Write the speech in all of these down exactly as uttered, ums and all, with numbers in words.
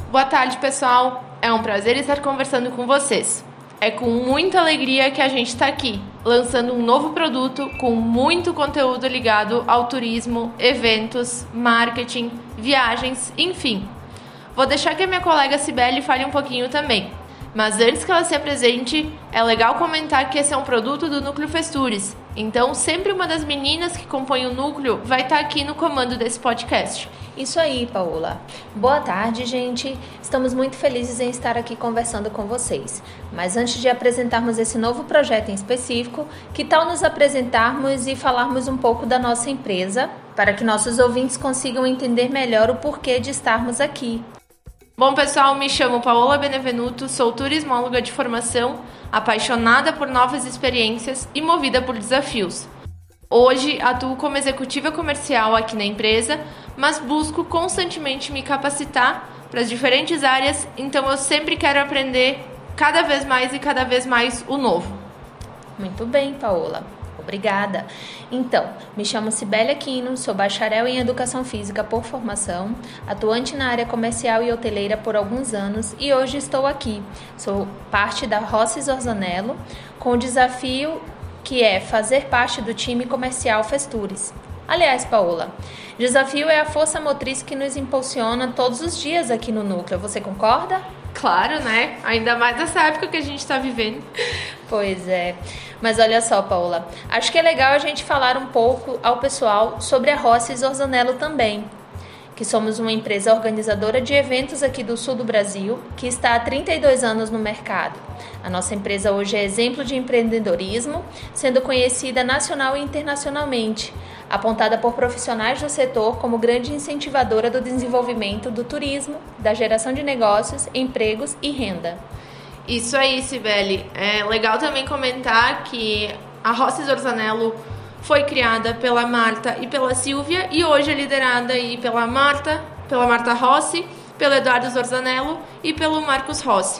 Boa tarde, pessoal. É um prazer estar conversando com vocês. É com muita alegria que a gente está aqui, lançando um novo produto com muito conteúdo ligado ao turismo, eventos, marketing, viagens, enfim. Vou deixar que a minha colega Cibele fale um pouquinho também. Mas antes que ela se apresente, é legal comentar que esse é um produto do Núcleo Festures. Então, sempre uma das meninas que compõem o núcleo vai estar aqui no comando desse podcast. Isso aí, Paola. Boa tarde, gente. Estamos muito felizes em estar aqui conversando com vocês. Mas antes de apresentarmos esse novo projeto em específico, que tal nos apresentarmos e falarmos um pouco da nossa empresa, para que nossos ouvintes consigam entender melhor o porquê de estarmos aqui? Bom, pessoal, me chamo Paola Benevenuto, sou turismóloga de formação, apaixonada por novas experiências e movida por desafios. Hoje atuo como executiva comercial aqui na empresa, mas busco constantemente me capacitar para as diferentes áreas, então eu sempre quero aprender cada vez mais e cada vez mais o novo. Muito bem, Paola. Obrigada. Então, me chamo Cibele Aquino, sou bacharel em Educação Física por formação, atuante na área comercial e hoteleira por alguns anos e hoje estou aqui. Sou parte da Rossi Orzanello, com o desafio que é fazer parte do time comercial Festures. Aliás, Paola, desafio é a força motriz que nos impulsiona todos os dias aqui no núcleo. Você concorda? Claro, né? Ainda mais nessa época que a gente está vivendo. Pois é. Mas olha só, Paola, acho que é legal a gente falar um pouco ao pessoal sobre a Rossi Orzanello também, que somos uma empresa organizadora de eventos aqui do sul do Brasil, que está há trinta e dois anos no mercado. A nossa empresa hoje é exemplo de empreendedorismo, sendo conhecida nacional e internacionalmente, apontada por profissionais do setor como grande incentivadora do desenvolvimento do turismo, da geração de negócios, empregos e renda. Isso aí, Cibele. É legal também comentar que a Rossi Orzanello foi criada pela Marta e pela Silvia e hoje é liderada aí pela Marta, pela Marta Rossi, pelo Eduardo Orzanello e pelo Marcos Rossi.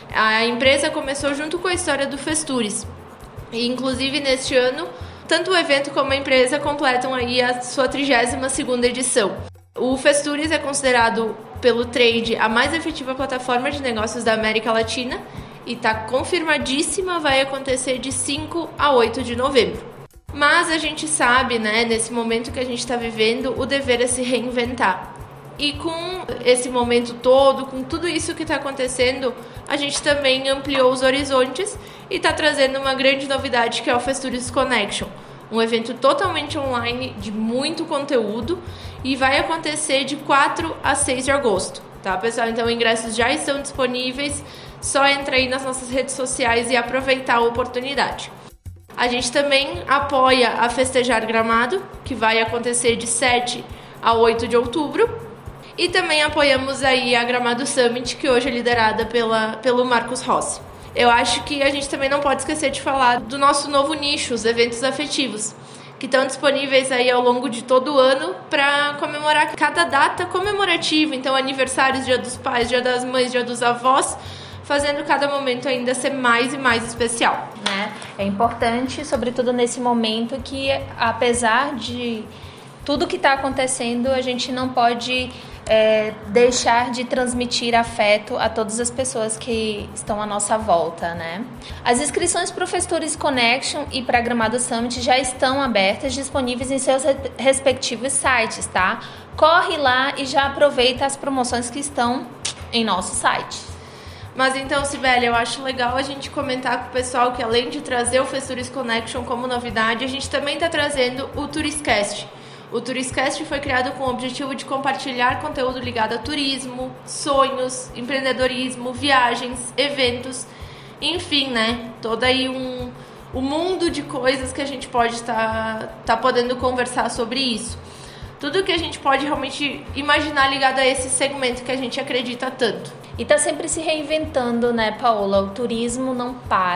A empresa começou junto com a história do Festures. E, inclusive, neste ano, tanto o evento como a empresa completam aí a sua trigésima segunda edição. O Festures é considerado pelo Trade a mais efetiva plataforma de negócios da América Latina e está confirmadíssima, vai acontecer de cinco a oito de novembro. Mas a gente sabe, né, nesse momento que a gente está vivendo, o dever é se reinventar. E com esse momento todo, com tudo isso que está acontecendo, a gente também ampliou os horizontes e está trazendo uma grande novidade que é o Festures Connection. Um evento totalmente online, de muito conteúdo, e vai acontecer de quatro a seis de agosto, tá, pessoal? Então, ingressos já estão disponíveis, só entra aí nas nossas redes sociais e aproveitar a oportunidade. A gente também apoia a Festejar Gramado, que vai acontecer de sete a oito de outubro, e também apoiamos aí a Gramado Summit, que hoje é liderada pela, pelo Marcos Rossi. Eu acho que a gente também não pode esquecer de falar do nosso novo nicho, os eventos afetivos, que estão disponíveis aí ao longo de todo o ano para comemorar cada data comemorativa. Então, aniversários, Dia dos Pais, Dia das Mães, Dia dos Avós, fazendo cada momento ainda ser mais e mais especial. Né? É importante, sobretudo nesse momento, que apesar de tudo que está acontecendo, a gente não pode é, deixar de transmitir afeto a todas as pessoas que estão à nossa volta, né? As inscrições para o Festures Connection e para a Gramado Summit já estão abertas, disponíveis em seus respectivos sites, tá? Corre lá e já aproveita as promoções que estão em nosso site. Mas então, Cibele, eu acho legal a gente comentar com o pessoal que além de trazer o Festures Connection como novidade, a gente também está trazendo o Turiscast. O Turiscast foi criado com o objetivo de compartilhar conteúdo ligado a turismo, sonhos, empreendedorismo, viagens, eventos, enfim, né? Todo aí um, um mundo de coisas que a gente pode estar tá, tá podendo conversar sobre isso. Tudo que a gente pode realmente imaginar ligado a esse segmento que a gente acredita tanto. E tá sempre se reinventando, né, Paola? O turismo não para.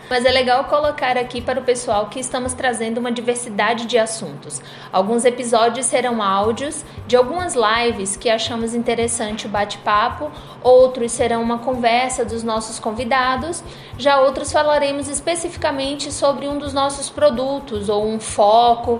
Mas é legal colocar aqui para o pessoal que estamos trazendo uma diversidade de assuntos. Alguns episódios serão áudios de algumas lives que achamos interessante o bate-papo, outros serão uma conversa dos nossos convidados, já outros falaremos especificamente sobre um dos nossos produtos ou um foco,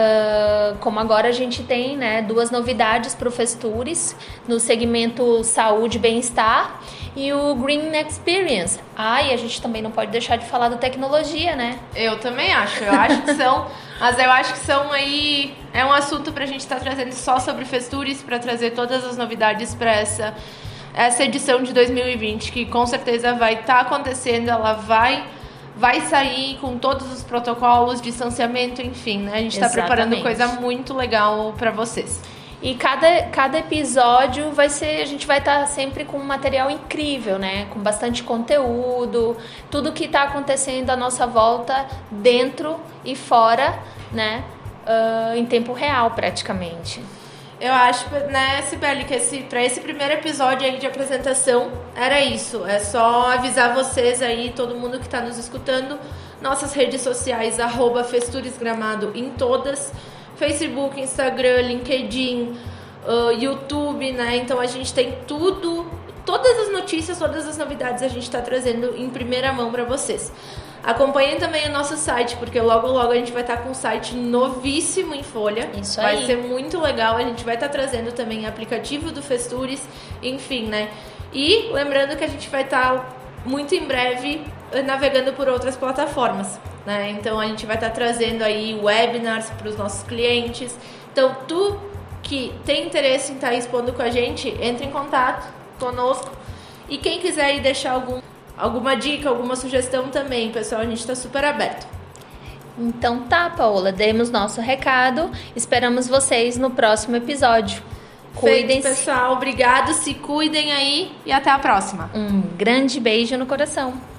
uh, como agora a gente tem, né, duas novidades para o Festures no segmento saúde e bem-estar e o Green Experience. Ah, e a gente também não pode deixar de falar da tecnologia, né? Eu também acho, eu acho que são, mas eu acho que são aí, é um assunto pra gente estar tá trazendo só sobre Festures, para trazer todas as novidades para essa, essa edição de dois mil e vinte, que com certeza vai estar tá acontecendo, ela vai, vai sair com todos os protocolos, distanciamento, enfim, né? A gente está preparando coisa muito legal para vocês. E cada, cada episódio vai ser, a gente vai estar tá sempre com um material incrível, né? Com bastante conteúdo, tudo que está acontecendo à nossa volta, dentro e fora, né? Uh, em tempo real, praticamente. Eu acho, né, Cibele, que esse, para esse primeiro episódio aí de apresentação era isso. É só avisar vocês aí, todo mundo que está nos escutando, nossas redes sociais, arroba Festures Gramado em todas. Facebook, Instagram, LinkedIn, uh, YouTube, né? Então a gente tem tudo, todas as notícias, todas as novidades a gente está trazendo em primeira mão para vocês. Acompanhem também o nosso site, porque logo logo a gente vai estar tá com um site novíssimo em folha. Isso vai aí. ser muito legal, a gente vai estar tá trazendo também aplicativo do Festures, enfim, né? E lembrando que a gente vai estar tá muito em breve navegando por outras plataformas, né? Então a gente vai estar tá trazendo aí webinars para os nossos clientes. Então tu que tem interesse em estar tá expondo com a gente, entre em contato conosco. E quem quiser aí deixar algum, alguma dica, alguma sugestão também, pessoal, a gente está super aberto. Então tá, Paola, demos nosso recado. Esperamos vocês no próximo episódio. Cuidem, pessoal. Obrigado, se cuidem aí e até a próxima. Um grande beijo no coração.